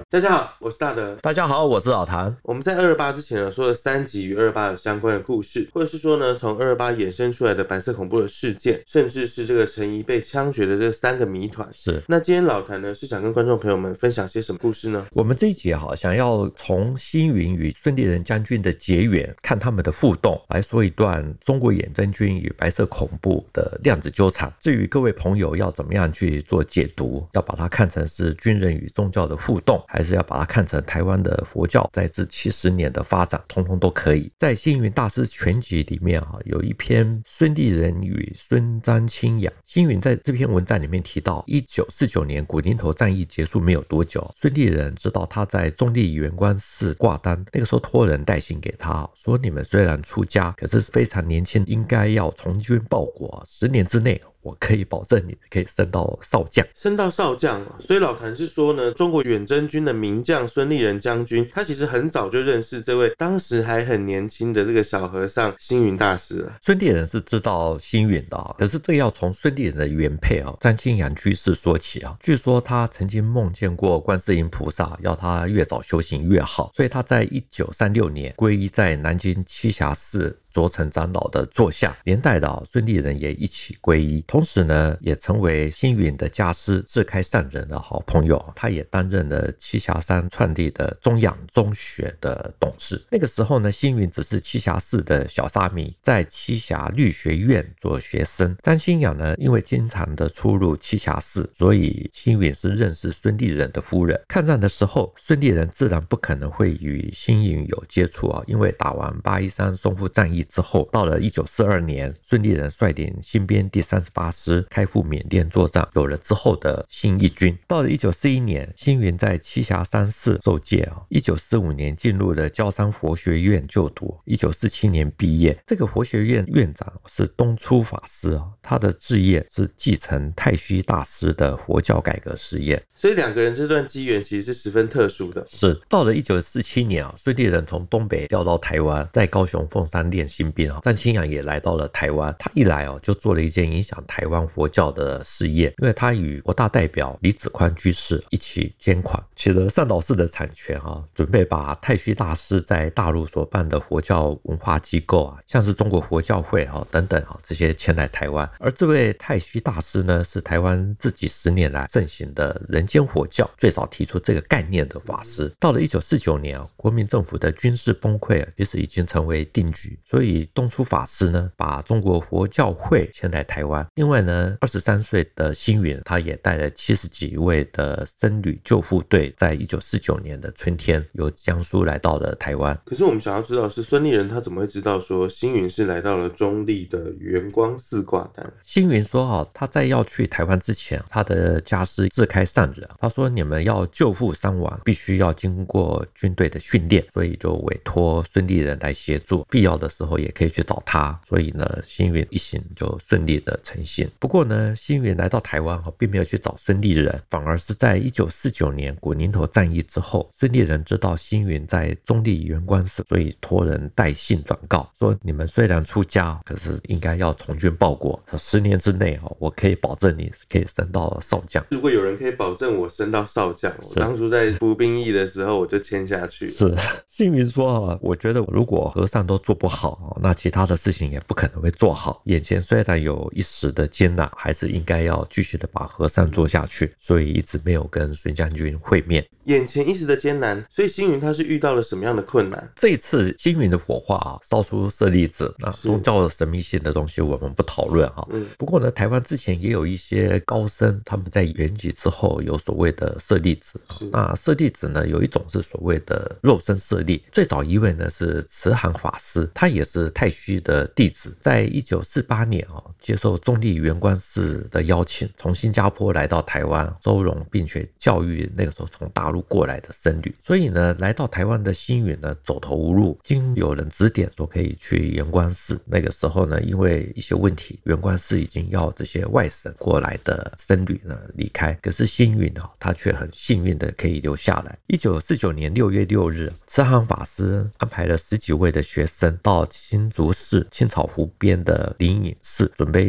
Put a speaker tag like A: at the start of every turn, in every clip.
A: 大家好，我是大德。
B: 大家好，我是老谭。
A: 我们在228之前说了3集与228有相关的故事，或者是说呢，从228衍生出来的白色恐怖的事件，甚至是这个陈仪被枪决的这3个谜团。
B: 是。
A: 那今天老谭呢，是想跟观众朋友们分享些什么故事呢？
B: 我们这一集想要从星云与孙立人将军的结缘，看他们的互动，来说一段中国远征军与白色恐怖的量子纠缠。至于各位朋友要怎么样去做解读，要把它看成是军人与宗教的互动，还是要把它看成台湾的佛教在这70年的发展，通通都可以。在星云大师全集里面有一篇孙立人与孙张清扬。星云在这篇文章里面提到1949年古宁头战役结束没有多久，孙立人知道他在中立圆光寺挂单，那个时候托人带信给他，说你们虽然出家，可是非常年轻，应该要从军报国，10年之内我可以保证你可以升到少将。
A: 升到少将所以老谭是说呢，中国远征军的名将孙立人将军，他其实很早就认识这位当时还很年轻的这个小和尚星云大师了。
B: 孙立人是知道星云的可是这要从孙立人的原配张清扬居士说起据说他曾经梦见过观世音菩萨，要他越早修行越好，所以他在1936年皈依在南京栖霞寺卓成长老的座下，连带的孙立人也一起皈依，同时呢也成为星云的家师智开善人的好朋友。他也担任了栖霞山创立的中养中学的董事。那个时候呢，星云只是栖霞寺的小沙弥，在栖霞律学院做学生。张清扬呢，因为经常的出入栖霞寺，所以星云是认识孙立人的夫人。抗战的时候，孙立人自然不可能会与星云有接触因为打完813淞沪战役之后，到了1942年，孙立人率领新编第38师开赴缅甸作战，有了之后的新一军。到了1941年，星云在栖霞山寺受戒1945年进入了焦山佛学院就读，1947年毕业。这个佛学院院长是东初法师他的志业是继承太虚大师的佛教改革事业。
A: 所以两个人这段机缘其实是十分特殊的。
B: 是。到了1947年孙立人从东北调到台湾，在高雄凤山练新兵张清扬也来到了台湾。他一来就做了一件影响台湾佛教的事业，因为他与国大代表李子宽居士一起捐款，取得善导寺的产权准备把太虚大师在大陆所办的佛教文化机构像是中国佛教会等等这些迁来台湾。而这位太虚大师呢，是台湾这几10年来盛行的人间佛教最早提出这个概念的法师。到了1949年国民政府的军事崩溃其实已经成为定局，所以东初法师呢把中国佛教会迁来台湾。另外呢23岁的星云他也带了70几位的僧侣救护队，在1949年的春天由江苏来到了台湾。
A: 可是我们想要知道的是，孙立人他怎么会知道说星云是来到了中立的圆光寺挂单？
B: 星云说他在要去台湾之前，他的家师智开善人他说你们要救护伤亡必须要经过军队的训练，所以就委托孙立人来协助，必要的时候也可以去找他。所以呢星云一行就顺利的成行。不过呢星云来到台湾并没有去找孙立人，反而是在1949年古宁头战役之后，孙立人知道星云在中立圆光寺，所以托人带信转告说你们虽然出家，可是应该要从军报国，10年之内我可以保证你可以升到少将。
A: 如果有人可以保证我升到少将，我当初在服兵役的时候我就签下去。
B: 是。星云说我觉得如果和尚都做不好，那其他的事情也不可能会做好，眼前虽然有一时的艰难，还是应该要继续的把和尚做下去，所以一直没有跟孙将军会面。
A: 眼前一时的艰难，所以星云他是遇到了什么样的困难？
B: 这一次星云的火化烧出舍利子，宗教的神秘性的东西我们不讨论不过呢台湾之前也有一些高僧，他们在圆寂之后有所谓的舍利子。那舍利子呢有一种是所谓的肉身舍利，最早一位呢是慈航法师，他也是太虚的弟子，在1948年接受中立圆光寺的邀请，从新加坡来到台湾收容并且教育那个时候从大陆过来的僧侣。所以呢来到台湾的星云呢走投无路，经有人指点说可以去圆光寺。那个时候呢因为一些问题，圆光寺已经要这些外省过来的僧侣呢离开，可是星云他却很幸运的可以留下来。1949年6月6日，慈航法师安排了10几位的学生到新竹市青草湖边的灵隐寺，准备要我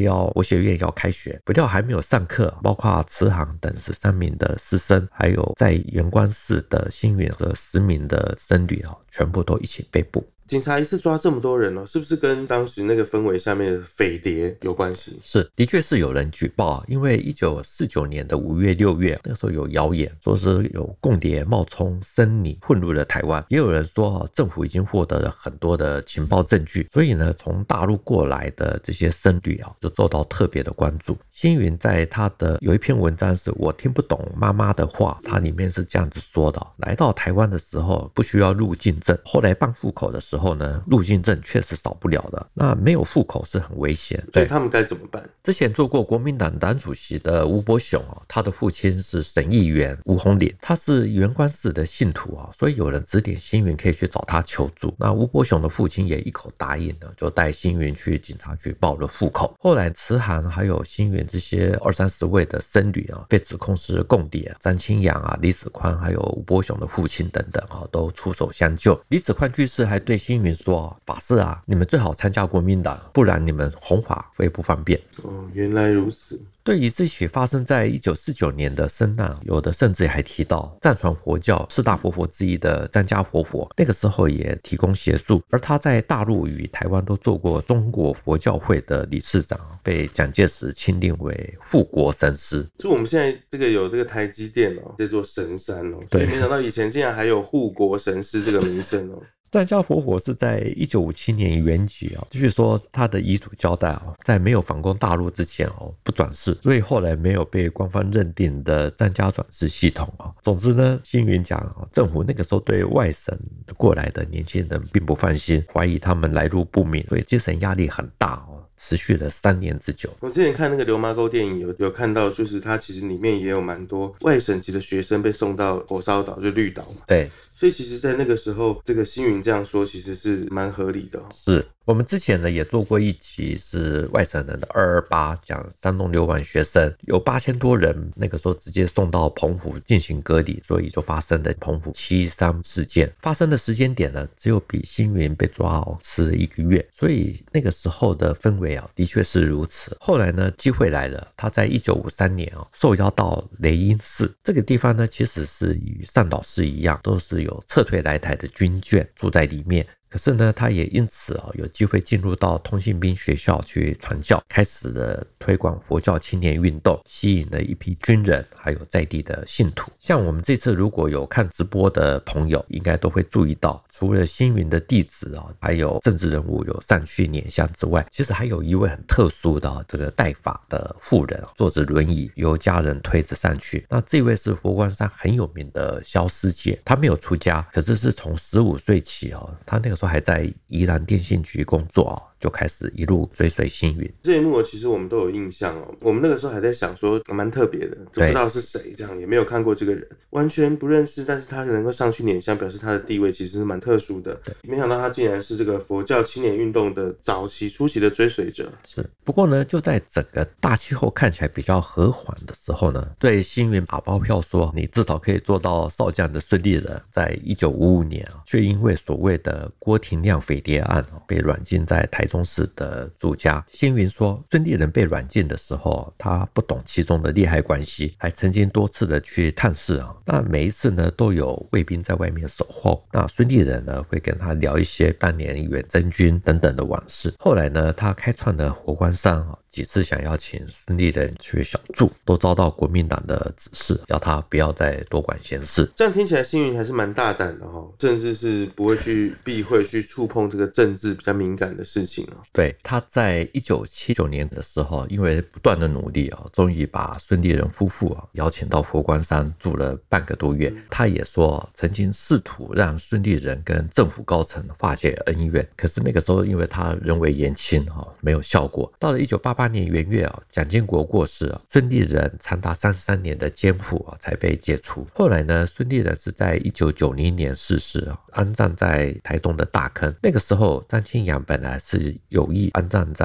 B: 学院要开学，不料还没有上课，包括慈航等13名的师生，还有在元官寺的星云和10名的僧侣全部都一起被捕。
A: 警察一次抓这么多人是不是跟当时那个氛围下面的匪谍有关系？
B: 是，的确是有人举报，因为1949年的5月、6月，那个时候有谣言说是有共谍冒充僧尼混入了台湾，也有人说政府已经获得了很多的情报证据，所以呢，从大陆过来的这些僧侣就受到特别的关注。星云在他的有一篇文章是我听不懂妈妈的话，它里面是这样子说的：来到台湾的时候不需要入境证，后来办户口的时候呢，入境证确实少不了的，那没有户口是很危险，
A: 所以他们该怎么办？
B: 之前做过国民党党主席的吴伯雄他的父亲是省议员吴鸿麟，他是元官寺的信徒所以有人指点星云可以去找他求助。那吴伯雄的父亲也一口答应了，就带星云去警察局报了户口。后来慈航还有星云这些20-30位的僧侣被指控是共谍，张清扬李子宽还有吴伯雄的父亲等等都出手相救。李子宽居士还对星云说：法师你们最好参加国民党，不然你们弘法会不方便。
A: 原来如此。
B: 对于这起发生在1949年的僧难，有的甚至还提到藏传佛教4大活佛之一的张家活佛，那个时候也提供协助，而他在大陆与台湾都做过中国佛教会的理事长，被蒋介石钦定为护国神师。
A: 就我们现在有这个台积电这座神山所以没想到以前竟然还有护国神师这个名称
B: 张家活佛是在1957年圆寂据说他的遗嘱交代在没有反攻大陆之前不转世，所以后来没有被官方认定的张家转世系统总之呢，星云讲政府那个时候对外省过来的年轻人并不放心，怀疑他们来路不明，所以精神压力很大持续了3年之久。
A: 我之前看那个流麻沟电影有看到，就是它其实里面也有蛮多外省籍的学生被送到火烧岛，就绿岛嘛。
B: 对，
A: 所以其实在那个时候，这个星云这样说其实是蛮合理的
B: 是。我们之前呢也做过一集是外省人的228，讲山东流亡学生，有8000多人那个时候直接送到澎湖进行隔离，所以就发生了澎湖713事件。发生的时间点呢，只有比星云被抓迟了1个月，所以那个时候的氛围的确是如此。后来呢，机会来了，他在1953年受邀到雷音寺这个地方呢，其实是与上岛寺一样，都是有撤退来台的军眷住在里面。可是呢，他也因此有机会进入到通信兵学校去传教，开始了推广佛教青年运动，吸引了一批军人还有在地的信徒。像我们这次如果有看直播的朋友，应该都会注意到，除了星云的弟子还有政治人物有上去拈香之外，其实还有一位很特殊的这个带法的妇人，坐着轮椅由家人推着上去。那这位是佛光山很有名的萧师姐，她没有出家，可是是从15岁起她那个时候还在宜兰电信局工作就开始一路追随星云。
A: 这一幕其实我们都有印象我们那个时候还在想说蛮特别的，就不知道是谁，这样也没有看过这个人，完全不认识，但是他能够上去拈香，表示他的地位其实是蛮特殊的。没想到他竟然是这个佛教青年运动的早期初期的追随者。
B: 是，不过呢，就在整个大气候看起来比较和缓的时候呢，对星云打包票说你至少可以做到少将的孙立人，在1955年却因为所谓的郭廷亮匪谍案被软禁在台中市的住家。星云说，孙立人被软禁的时候，他不懂其中的利害关系，还曾经多次的去探视那每一次呢，都有卫兵在外面守候。那孙立人呢，会跟他聊一些当年远征军等等的往事。后来呢，他开创了佛光山几次想要请孙立人去小住，都遭到国民党的指示，要他不要再多管闲事。
A: 这样听起来星云还是蛮大胆的甚至是不会去避讳去触碰这个政治比较敏感的事情
B: 对，他在1979年的时候，因为不断的努力终于把孙立人夫妇邀请到佛光山住了半个多月。他也说曾经试图让孙立人跟政府高层化解恩怨，可是那个时候因为他人为言轻没有效果。到了1988年元月蒋经国过世孙立人长达33年的监护才被解除。后来呢，孙立人是在1990年逝世安葬在台中的大坑。那个时候张清扬本来是有意安葬在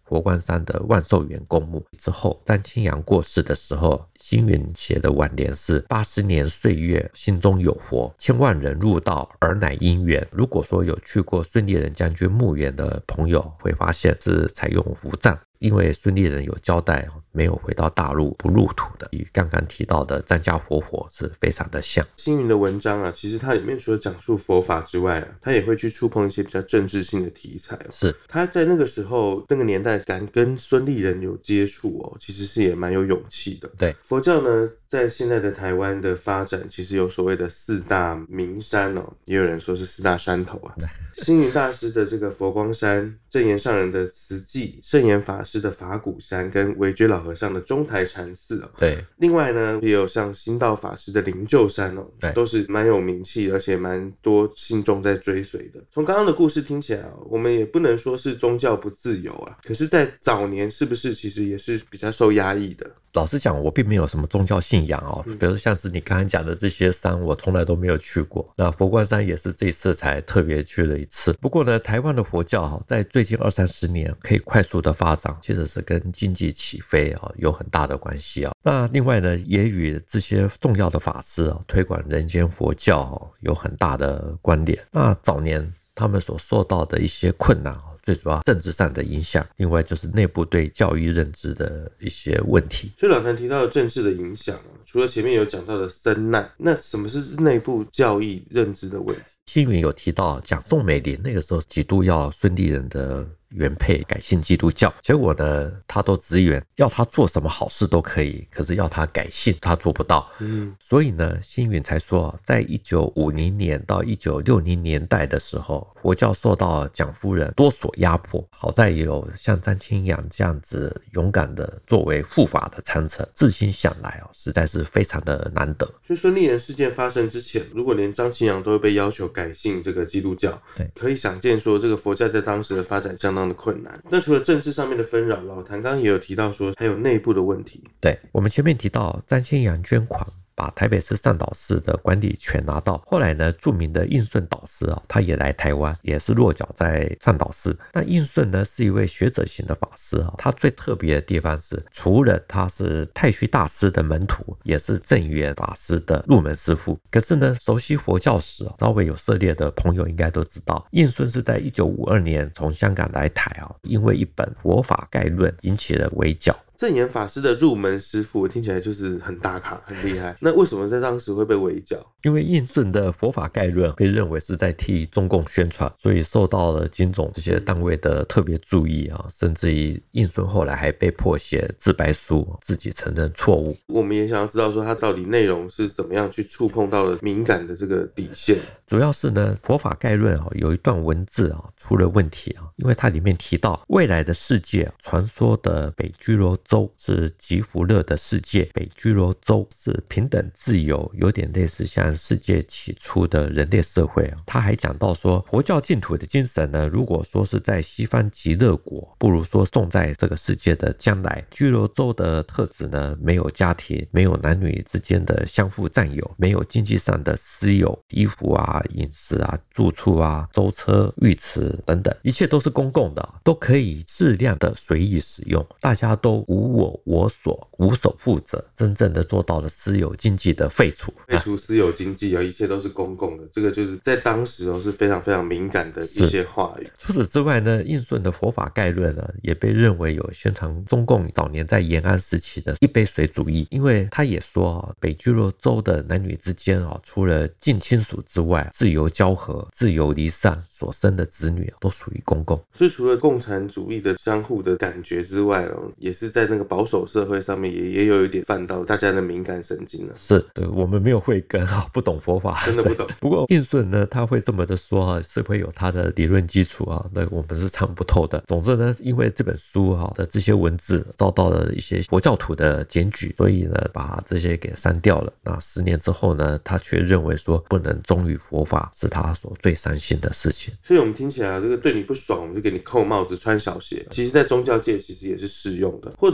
B: 佛光山的万寿园公墓。之后詹青阳过世的时候，星云写的挽联是80年岁月心中有佛，千万人入道而乃因缘。如果说有去过孙立人将军墓园的朋友会发现是采用符葬，因为孙立人有交代没有回到大陆不入土的，与刚刚提到的张家活佛是非常的像。
A: 星云的文章啊，其实它里面除了讲述佛法之外啊，它也会去触碰一些比较政治性的题材
B: 是
A: 他在那个时候那个年代敢跟孙立人有接触其实是也蛮有勇气的。
B: 对，
A: 佛教呢在现在的台湾的发展，其实有所谓的4大名山也有人说是4大山头啊。星云大师的这个佛光山，证严上人的慈济，圣严法师的法鼓山，跟维觉老和尚的中台禅寺
B: 对，
A: 另外呢也有像心道法师的灵鹫山都是蛮有名气，而且蛮多信众在追随的。从刚刚的故事听起来我们也不能说是宗教不自由啊，可是在早年是不是其实也是比较受压抑的？
B: 老实讲，我并没有什么宗教信仰比如像是你刚才讲的这些山，我从来都没有去过。那佛光山也是这一次才特别去了一次。不过呢，台湾的佛教在最近20-30年可以快速的发展，其实是跟经济起飞有很大的关系那另外呢，也与这些重要的法师推广人间佛教有很大的关联。那早年他们所受到的一些困难最主要政治上的影响，另外就是内部对教育认知的一些问题。
A: 所以老谭提到的政治的影响除了前面有讲到的僧难，那什么是内部教育认知的问题？
B: 星云有提到讲宋美龄那个时候几度要孙立人的原配改信基督教，结果呢他都直言要他做什么好事都可以，可是要他改信他做不到。所以呢星云才说在1950年到1960年代的时候，佛教受到蒋夫人多所压迫，好在有像张清阳这样子勇敢的作为护法的参臣，至今想来实在是非常的难得。
A: 所以孙立人事件发生之前，如果连张清阳都会被要求改信这个基督教，
B: 对，
A: 可以想见说这个佛教在当时的发展相当的困难。那除了政治上面的纷扰，老谭刚刚也有提到说还有内部的问题。
B: 对，我们前面提到张清阳捐款把台北市善导寺的管理权拿到，后来呢著名的应顺导师他也来台湾，也是落脚在善导寺。那应顺呢是一位学者型的法师他最特别的地方是，除了他是太虚大师的门徒，也是正元法师的入门师父。可是呢熟悉佛教史稍微有涉猎的朋友应该都知道，应顺是在1952年从香港来台因为一本佛法概论引起了围剿。
A: 正言法师的入门师父听起来就是很大咖很厉害，那为什么在当时会被围剿？
B: 因为应顺的佛法概论被认为是在替中共宣传，所以受到了警总这些单位的特别注意甚至于应顺后来还被迫写自白书，自己承认错误。
A: 我们也想要知道说他到底内容是怎么样去触碰到了敏感的这个底线。
B: 主要是呢佛法概论有一段文字出了问题因为它里面提到未来的世界传说的北居罗州是极福乐的世界，北居罗州是平等自由，有点类似像世界起初的人类社会他还讲到说佛教净土的精神呢，如果说是在西方极乐国，不如说种在这个世界的将来。居罗州的特质呢，没有家庭，没有男女之间的相互占有，没有经济上的私有，衣服饮食住处舟车浴池等等，一切都是公共的，都可以适量的随意使用，大家都无我所，无所负责，真正的做到了私有经济的废除。
A: 废除私有经济一切都是公共的，这个就是在当时是非常非常敏感的一些话语。
B: 除此之外呢，应顺的佛法概论呢，也被认为有宣传中共早年在延安时期的一杯水主义，因为他也说北居罗州的男女之间除了近亲属之外，自由交合、自由离散所生的子女都属于公共。
A: 所以除了共产主义的相互的感觉之外也是在那个保守社会上面也有一点犯到大家的敏感神经了。
B: 是，对，我们没有慧根不懂佛法，
A: 真的不懂。
B: 不过应顺呢，他会这么的说是会有他的理论基础那我们是参不透的。总之呢，因为这本书的这些文字遭到了一些佛教徒的检举，所以呢把这些给删掉了。那10年之后呢，他却认为说不能忠于佛法是他所最伤心的事情。
A: 所以我们听起来这个对你不爽我们就给你扣帽子穿小鞋，其实在宗教界其实也是适用的。或者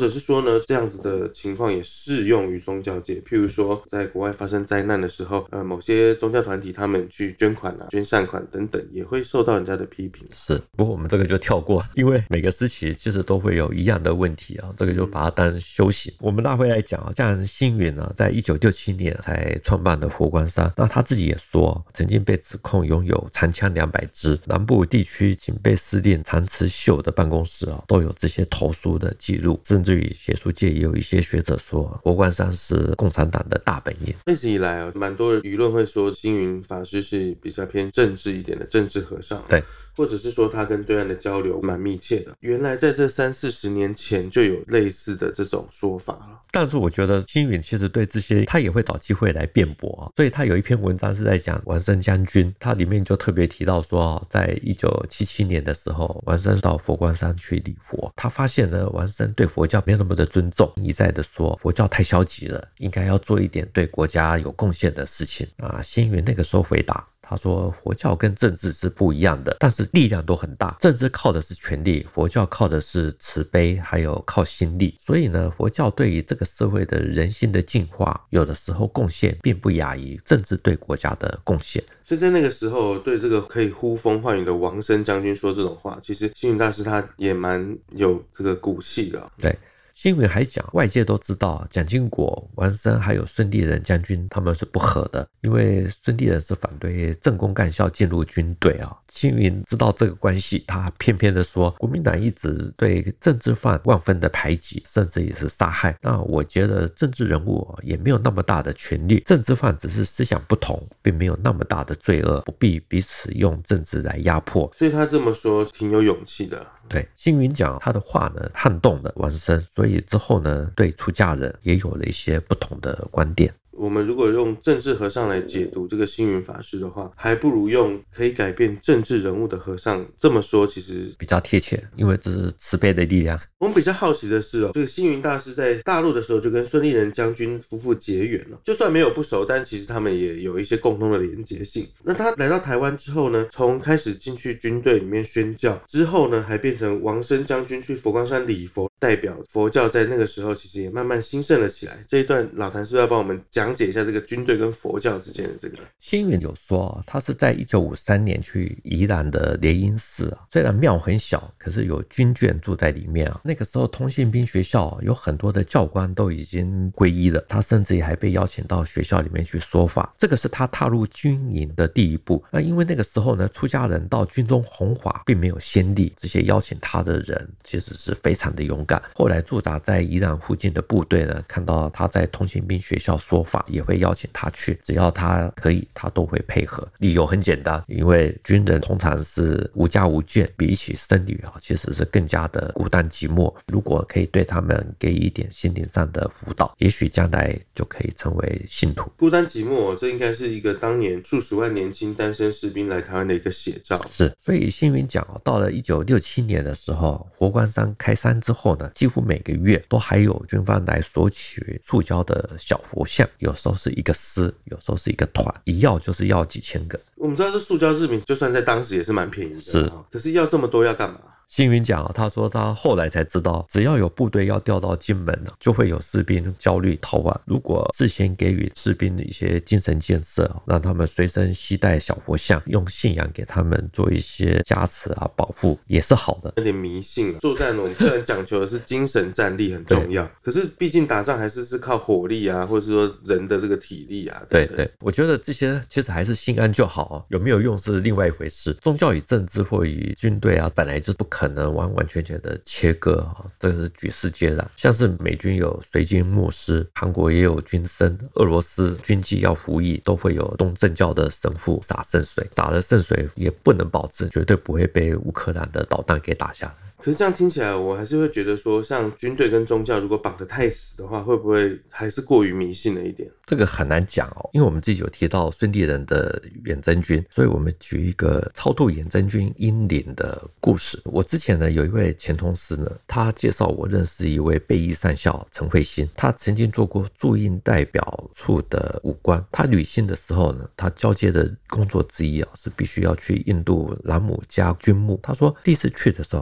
A: 者是说呢，这样子的情况也适用于宗教界，譬如说在国外发生灾难的时候，某些宗教团体他们去捐款啊、捐善款等等，也会受到人家的批评。
B: 是，不过我们这个就跳过，因为每个时期其实都会有一样的问题啊，这个就把它当修行。我们拉回来讲啊，像星云呢，在1967年才创办的佛光山，那他自己也说，曾经被指控拥有长枪200支，南部地区警备司令常持秀的办公室啊，都有这些投诉的记录，甚至于学术界也有一些学者说，佛光山是共产党的大本营。
A: 一直以来啊，蛮多舆论会说星云法师是比较偏政治一点的政治和尚，
B: 对，
A: 或者是说他跟对岸的交流蛮密切的。原来在这30-40年前就有类似的这种说法了。
B: 但是我觉得星云其实对这些他也会找机会来辩驳啊，所以他有一篇文章是在讲王生将军，他里面就特别提到说，在1977年的时候，王生到佛光山去礼佛，他发现呢，王生对佛教没有那么的尊重，一再的说佛教太消极了，应该要做一点对国家有贡献的事情啊。星云那个时候回答，他说佛教跟政治是不一样的，但是力量都很大，政治靠的是权力，佛教靠的是慈悲，还有靠心力。所以呢，佛教对于这个社会的人心的净化，有的时候贡献并不亚于政治对国家的贡献。
A: 所以在那个时候，对这个可以呼风唤雨的王生将军说这种话，其实星云大师他也蛮有这个骨气的。
B: 对，星云还讲，外界都知道蒋经国、王生还有孙立人将军他们是不和的，因为孙立人是反对政工干校进入军队啊。星云知道这个关系，他偏偏的说，国民党一直对政治犯万分的排挤，甚至也是杀害。那我觉得政治人物也没有那么大的权力，政治犯只是思想不同，并没有那么大的罪恶，不必彼此用政治来压迫。
A: 所以他这么说挺有勇气的。
B: 对，星云讲他的话呢，撼动了王生，所以之后呢，对出家人也有了一些不同的观点。
A: 我们如果用政治和尚来解读这个星云法师的话，还不如用可以改变政治人物的和尚这么说，其实
B: 比较贴切，因为这是慈悲的力量。
A: 我们比较好奇的是这个星云大师在大陆的时候就跟孙立人将军夫妇结缘了，就算没有不熟，但其实他们也有一些共同的连结性。那他来到台湾之后呢，从开始进去军队里面宣教之后呢，还变成王生将军去佛光山礼佛，代表佛教在那个时候其实也慢慢兴盛了起来。这一段老谭是不是要帮我们讲解一下这个军队跟佛教之间的这个？
B: 星云有说他是在1953年去宜兰的莲因寺虽然庙很小，可是有军眷住在里面那个时候通信兵学校有很多的教官都已经皈依了，他甚至也还被邀请到学校里面去说法，这个是他踏入军营的第一步。那因为那个时候呢，出家人到军中弘法并没有先例，这些邀请他的人其实是非常的勇敢。后来驻扎在宜兰附近的部队呢，看到他在通信兵学校说法，也会邀请他去，只要他可以，他都会配合。理由很简单，因为军人通常是无家无眷，比起僧侣其实是更加的孤单寂寞。如果可以对他们给予一点心灵上的辅导，也许将来就可以成为信徒。
A: 孤单寂寞，这应该是一个当年数十万年轻单身士兵来台湾的一个写照。
B: 是，所以星云讲到了1967年的时候，佛光山开山之后呢，几乎每个月都还有军方来索取塑胶的小佛像，有时候是一个师，有时候是一个团，一要就是要几千个。
A: 我们知道这塑胶制品就算在当时也是蛮便宜的，
B: 是，
A: 可是要这么多要干嘛？
B: 星云讲他说他后来才知道，只要有部队要调到金门就会有士兵焦虑逃亡。如果事先给予士兵的一些精神建设，让他们随身携带小佛像，用信仰给他们做一些加持保护，也是好的。
A: 有点迷信作战我们虽然讲求的是精神战力很重要，可是毕竟打仗还是靠火力或者是说人的这个体力
B: 对，我觉得这些其实还是心安就好有没有用是另外一回事。宗教与政治或与军队本来就不可能完完全全的切割这个是举世皆然。像是美军有随军牧师，韩国也有军僧，俄罗斯军机要服役都会有东正教的神父洒圣水，洒了圣水也不能保证绝对不会被乌克兰的导弹给打下来。
A: 可是这样听起来，我还是会觉得说，像军队跟宗教如果绑得太死的话，会不会还是过于迷信了一点？
B: 这个很难讲因为我们自己有提到孙立人的远征军，所以我们举一个超度远征军英灵的故事。我之前呢有一位前同事呢，他介绍我认识一位备役上校陈慧欣，他曾经做过驻印代表处的武官。他旅行的时候呢，他交接的工作之一是必须要去印度兰姆加军墓。他说第一次去的时候看到军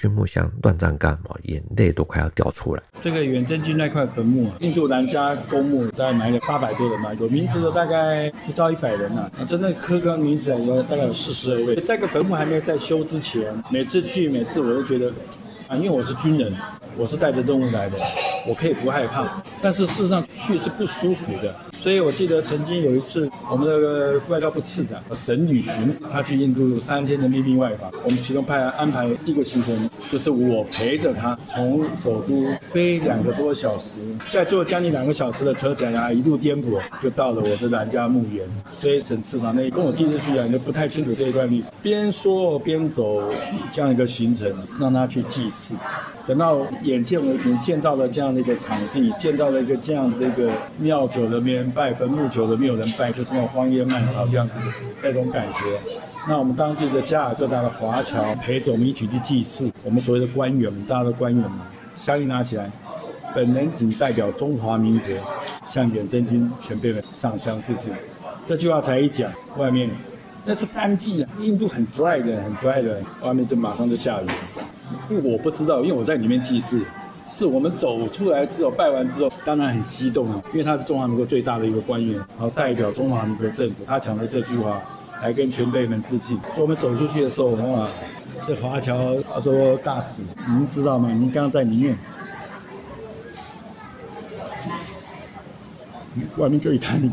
B: 君木像乱葬岗眼泪都快要掉出来。
C: 这个远征军那块坟墓印度兰加公墓大概埋了800多人嘛，有名字的大概不到100人真的刻个名字有大概有42位。这个坟墓还没有在修之前，每次我都觉得因为我是军人，我是带着任务来的，我可以不害怕，但是事实上去是不舒服的。所以我记得曾经有一次，我们那个外交部次长沈履巡，他去印度3天的秘密外访，我们其中安排一个行程，就是我陪着他从首都飞2个多小时，再坐将近2个小时的车程一路颠簸，就到了我的兰加墓园。所以沈次长那跟我第一次去就不太清楚这一段历史，边说边走这样一个行程，让他去祭祀。等到眼见为凭，见到了这样的一个场地，见到了一个这样子的一个庙久了没人拜，坟墓久了没有人拜，就是那种荒野漫草这样子的那种感觉。那我们当地的加尔各答的华侨陪着我们一起去祭祀，我们所谓的官员，大家的官员嘛，香烟拿起来，本人仅代表中华民国向远征军前辈们上香致敬。这句话才一讲，外面那是干季印度很 dry 的，外面就马上就下雨。因为我不知道，因为我在里面祭祀，是我们走出来之后拜完之后，当然很激动因为他是中华民国最大的一个官员，然后代表中华民国政府，他讲的这句话来跟前辈们致敬。所以我们走出去的时候，这华侨他说大使，您知道吗？您刚刚在里面，外面就一滩泥，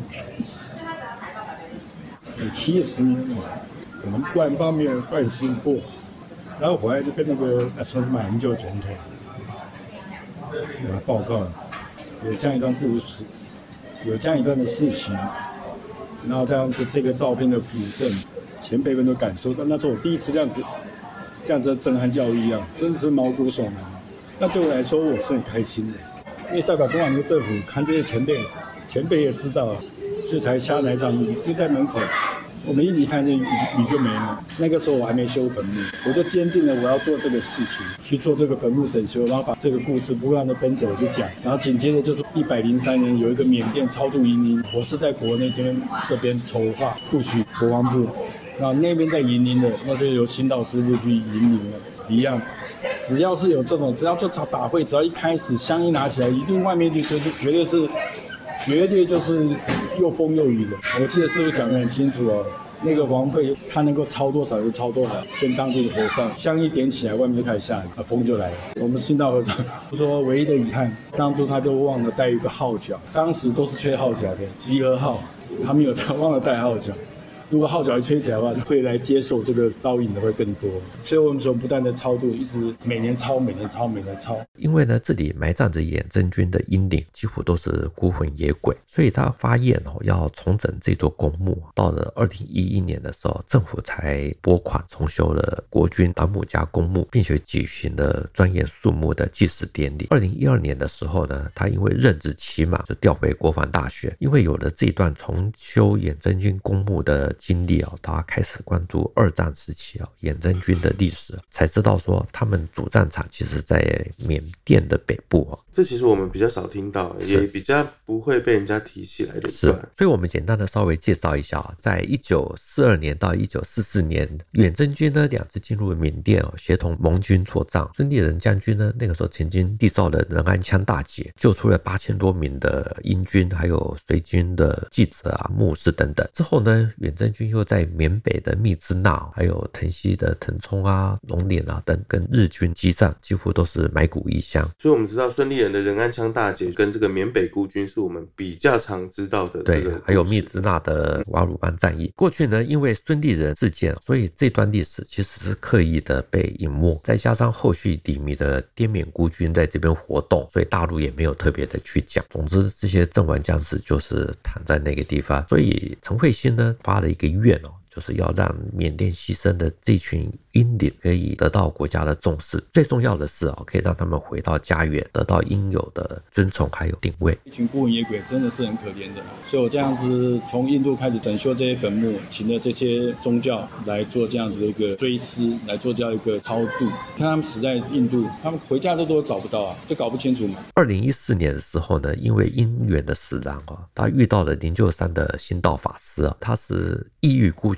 C: 有70年了，我们官方没有关心过。然后回来就跟那个马英九总统给他报告，有这样一段故事，有这样一段的事情，然后这样子这个照片的辅证，前辈们都感受到，那是我第一次这样子震撼教育一样，真的是毛骨悚然。那对我来说，我是很开心的，因为代表中华民国政府看这些前辈也知道，所以才下来这样就在门口。我们一离开雨就没了。那个时候我还没修坟墓，我就坚定了我要做这个事情，去做这个坟墓整修，然后把这个故事不断的奔走去讲。然后紧接着就是103年有一个缅甸超度移民，我是在国内这边筹划部曲国防部，然后那边在营林的，那是由新道师傅去引领的，一样。只要是有这种，只要这场法会，只要一开始香一拿起来，一定外面就绝对就是又风又雨的。我记得师傅讲得很清楚那个皇妃她能够超多少就超多少，跟当地的和尚香一点起来，外面就开始下雨，风就来了。我们新道和尚说唯一的遗憾，当初他就忘了带一个号角，当时都是吹号角的集合号，他忘了带号角。如果号角一吹起来的话，会来接受这个招引的会更多，所以我们从不断的超度，一直每年超。
B: 因为呢，这里埋葬着远征军的英灵，几乎都是孤魂野鬼，所以他发愿要重整这座公墓。到了2011年的时候，政府才拨款重修了国军党母家公墓，并且举行了专业肃穆的祭祀典礼。2012年的时候呢，他因为任职期满，就调回国防大学。因为有了这段重修远征军公墓的经历他开始关注2战时期远征军的历史，才知道说他们主战场其实在缅甸的北部
A: 这其实我们比较少听到，也比较不会被人家提起来的。
B: 是，所以我们简单的稍微介绍一下在1942年到1944年，远征军呢2次进入缅甸协同盟军作战。孙立人将军呢那个时候曾经缔造了仁安羌大捷，救出了8000多名的英军，还有随军的记者牧师等等。之后呢，远征军又在缅北的密支那，还有腾西的腾冲龙岭等跟日军激战，几乎都是埋骨异乡。
A: 所以我们知道孙立人的仁安羌大捷跟这个缅北孤军是我们比较常知道的。
B: 对，还有密支那的瓦鲁班战役。过去呢，因为孙立人事件，所以这段历史其实是刻意的被隐没，再加上后续低迷的滇缅孤军在这边活动，所以大陆也没有特别的去讲。总之，这些阵亡将士就是躺在那个地方。所以陈慧欣呢发了一个愿就是要让缅甸牺牲的这群英灵可以得到国家的重视，最重要的是可以让他们回到家园，得到应有的尊崇还有定位。
C: 一群孤魂野鬼真的是很可怜的，所以我这样子从印度开始整修这些坟墓，请了这些宗教来做这样子的一个追思，来做这样一个超度。看他们死在印度，他们回家都找不到就搞不清楚嘛。
B: 2014年的时候呢，因为因缘的使然他遇到了灵鹫山的新道法师他是异域孤军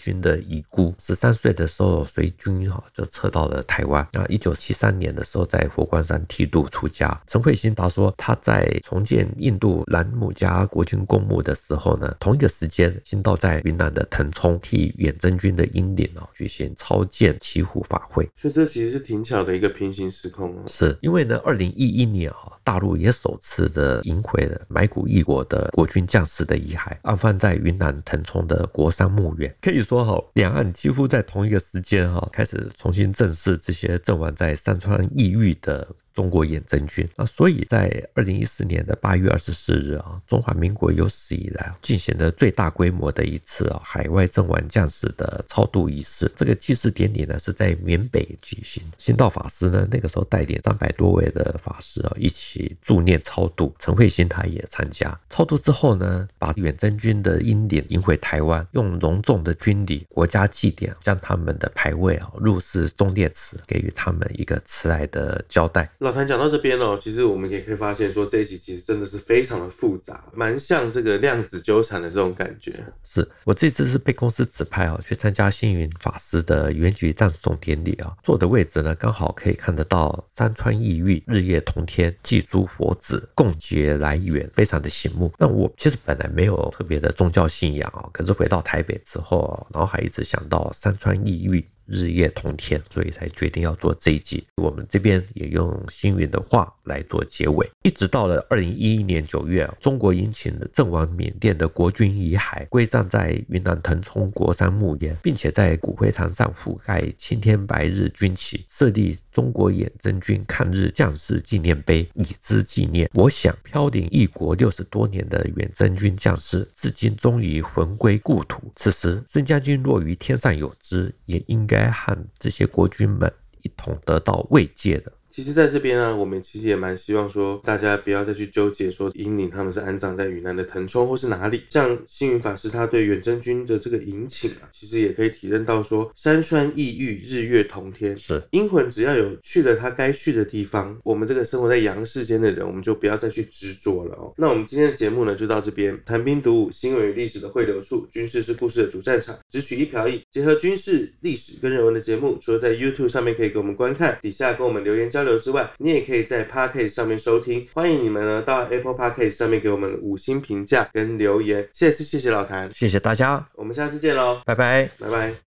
B: 军的遗孤，13岁的时候随军就撤到了台湾。那1973年的时候在佛光山剃度出家。陈慧欣他说他在重建印度兰姆加国军公墓的时候呢，同一个时间新道在云南的腾冲替远征军的英灵举行超荐祈福法会。
A: 所以这其实是挺巧的一个平行时空
B: 是因为呢2011年大陆也首次的迎回了埋骨异国的国军将士的遗骸，安放在云南腾冲的国山墓园。可以说两岸几乎在同一个时间开始重新正视这些阵亡在山川异域的中国远征军。所以在2014年的8月24日中华民国有史以来进行了最大规模的一次海外阵亡将士的超度仪式。这个祭祀典礼呢是在缅北举行，新道法师呢那个时候带领300多位的法师一起助念超度，陈慧欣他也参加。超度之后呢，把远征军的英灵迎回台湾，用隆重的军礼、国家祭典将他们的牌位入祀忠烈祠，给予他们一个慈爱的交代。
A: 老谭讲到这边其实我们也可以发现说这一集其实真的是非常的复杂，蛮像这个量子纠缠的这种感觉。
B: 是我这次是被公司指派去参加星云法师的圆寂赞颂典礼坐的位置呢刚好可以看得到山川异域，日月同天，祭诸佛子，共结来源，非常的醒目。那我其实本来没有特别的宗教信仰可是回到台北之后然后还一直想到山川异域，日夜同天，所以才决定要做这一集。我们这边也用星云的话来做结尾。一直到了2011年9月，中国迎请了阵亡缅甸的国军遗骸归葬在云南腾冲国山墓园，并且在骨灰坛上覆盖青天白日军旗，设立中国远征军抗日将士纪念碑，以资纪念。我想飘零异国60多年的远征军将士至今终于魂归故土，此时孙将军若于天上有知，也应该和这些国军们一同得到慰藉的。
A: 其实在这边我们其实也蛮希望说大家不要再去纠结说英灵他们是安葬在云南的腾冲或是哪里。像星云法师他对远征军的这个迎请其实也可以体认到说山川异域，日月同天，
B: 是
A: 阴魂只要有去了他该去的地方，我们这个生活在阳世间的人，我们就不要再去执着了那我们今天的节目呢就到这边。谈兵读武，新闻与历史的汇流处，军事是故事的主战场，只取一瓢饮，结合军事、历史跟人文的节目，除了在 YouTube 上面可以给我们观看，底下跟我们留言交流之外，你也可以在 Podcast 上面收听。欢迎你们呢到 Apple Podcast 上面给我们5星评价跟留言。谢谢老谭，
B: 谢谢大家，
A: 我们下次见咯，
B: 拜拜，
A: 拜拜。